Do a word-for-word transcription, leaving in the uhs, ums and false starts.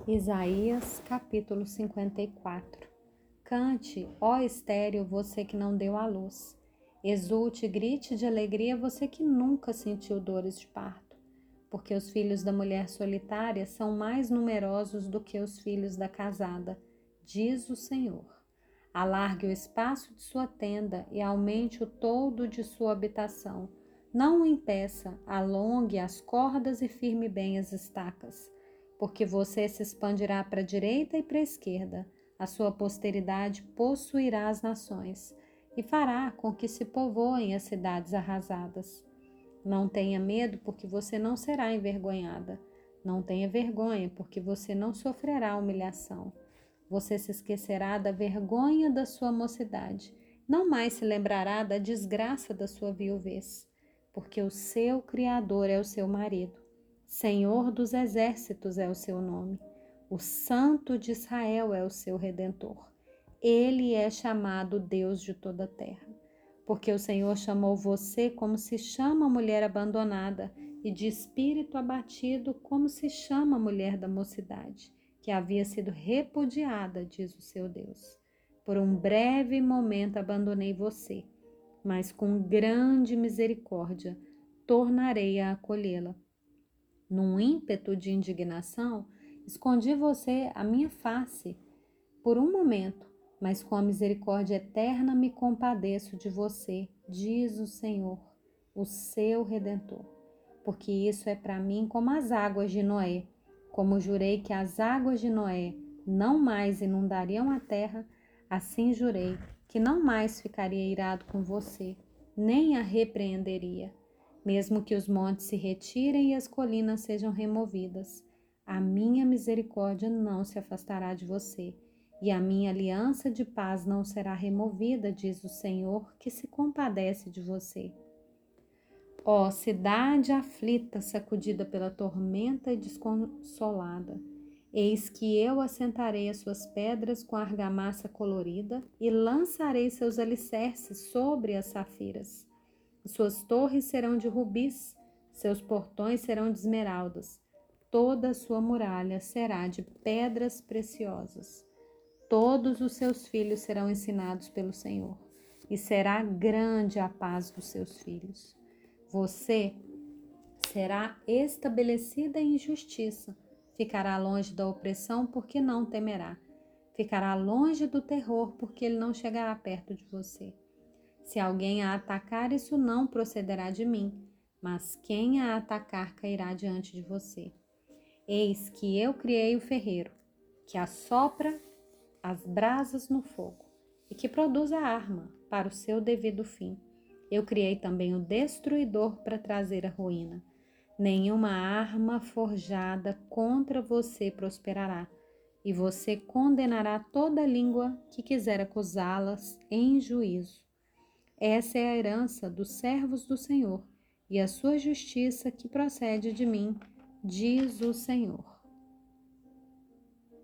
Isaías capítulo cinquenta e quatro. Cante, ó estéril, você que não deu à luz. Exulte e grite de alegria, você que nunca sentiu dores de parto. Porque os filhos da mulher solitária são mais numerosos do que os filhos da casada, diz o Senhor. Alargue o espaço de sua tenda e aumente o toldo de sua habitação. Não o impeça, alongue as cordas e firme bem as estacas. Porque você se expandirá para a direita e para a esquerda, a sua posteridade possuirá as nações, e fará com que se povoem as cidades arrasadas. Não tenha medo, porque você não será envergonhada. Não tenha vergonha, porque você não sofrerá humilhação. Você se esquecerá da vergonha da sua mocidade, não mais se lembrará da desgraça da sua viuvez, porque o seu Criador é o seu marido. Senhor dos exércitos é o seu nome. O Santo de Israel é o seu Redentor. Ele é chamado Deus de toda a terra. Porque o Senhor chamou você como se chama a mulher abandonada, e de espírito abatido como se chama a mulher da mocidade, que havia sido repudiada, diz o seu Deus. Por um breve momento abandonei você, mas com grande misericórdia tornarei a acolhê-la. Num ímpeto de indignação, escondi você a minha face por um momento, mas com a misericórdia eterna me compadeço de você, diz o Senhor, o seu Redentor. Porque isso é para mim como as águas de Noé. Como jurei que as águas de Noé não mais inundariam a terra, assim jurei que não mais ficaria irado com você, nem a repreenderia. Mesmo que os montes se retirem e as colinas sejam removidas, a minha misericórdia não se afastará de você, e a minha aliança de paz não será removida, diz o Senhor, que se compadece de você. Ó cidade aflita, sacudida pela tormenta e desconsolada, eis que eu assentarei as suas pedras com argamassa colorida e lançarei seus alicerces sobre as safiras. Suas torres serão de rubis, seus portões serão de esmeraldas, toda a sua muralha será de pedras preciosas. Todos os seus filhos serão ensinados pelo Senhor, e será grande a paz dos seus filhos. Você será estabelecida em justiça, ficará longe da opressão, porque não temerá. Ficará longe do terror, porque ele não chegará perto de você. Se alguém a atacar, isso não procederá de mim, mas quem a atacar cairá diante de você. Eis que eu criei o ferreiro, que assopra as brasas no fogo e que produz a arma para o seu devido fim. Eu criei também o destruidor para trazer a ruína. Nenhuma arma forjada contra você prosperará, e você condenará toda língua que quiser acusá-las em juízo. Essa é a herança dos servos do Senhor, e a sua justiça que procede de mim, diz o Senhor.